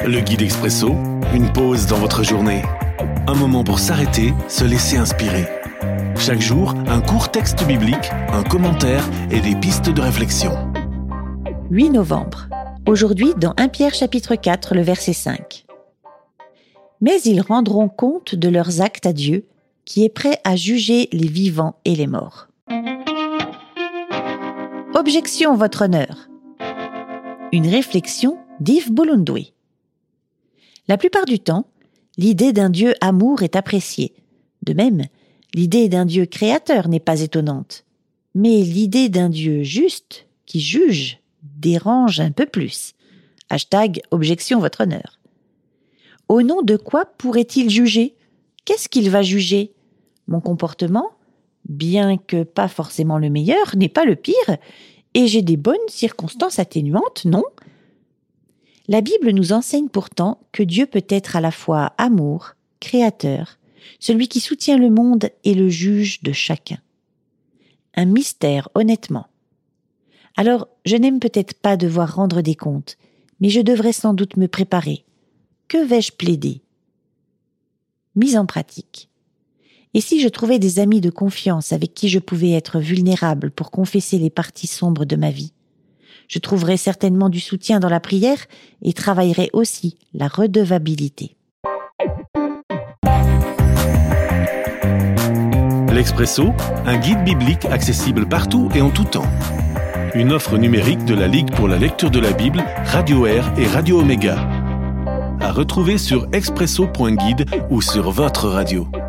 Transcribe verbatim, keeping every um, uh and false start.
Le guide expresso, une pause dans votre journée. Un moment pour s'arrêter, se laisser inspirer. Chaque jour, un court texte biblique, un commentaire et des pistes de réflexion. huit novembre. Aujourd'hui, dans premier Pierre chapitre quatre, le verset cinq. Mais ils rendront compte de leurs actes à Dieu, qui est prêt à juger les vivants et les morts. Objection, votre honneur. Une réflexion d'Yves Bolundoui. La plupart du temps, l'idée d'un Dieu amour est appréciée. De même, l'idée d'un Dieu créateur n'est pas étonnante. Mais l'idée d'un Dieu juste, qui juge, dérange un peu plus. Hashtag objection, votre honneur. Au nom de quoi pourrait-il juger ? Qu'est-ce qu'il va juger ? Mon comportement, bien que pas forcément le meilleur, n'est pas le pire, et j'ai des bonnes circonstances atténuantes, non ? La Bible nous enseigne pourtant que Dieu peut être à la fois amour, créateur, celui qui soutient le monde et le juge de chacun. Un mystère, honnêtement. Alors, je n'aime peut-être pas devoir rendre des comptes, mais je devrais sans doute me préparer. Que vais-je plaider ? Mise en pratique. Et si je trouvais des amis de confiance avec qui je pouvais être vulnérable pour confesser les parties sombres de ma vie ? Je trouverais certainement du soutien dans la prière et travaillerais aussi la redevabilité. L'Expresso, un guide biblique accessible partout et en tout temps. Une offre numérique de la Ligue pour la lecture de la Bible, Radio Air et Radio Omega. À retrouver sur expresso point guide ou sur votre radio.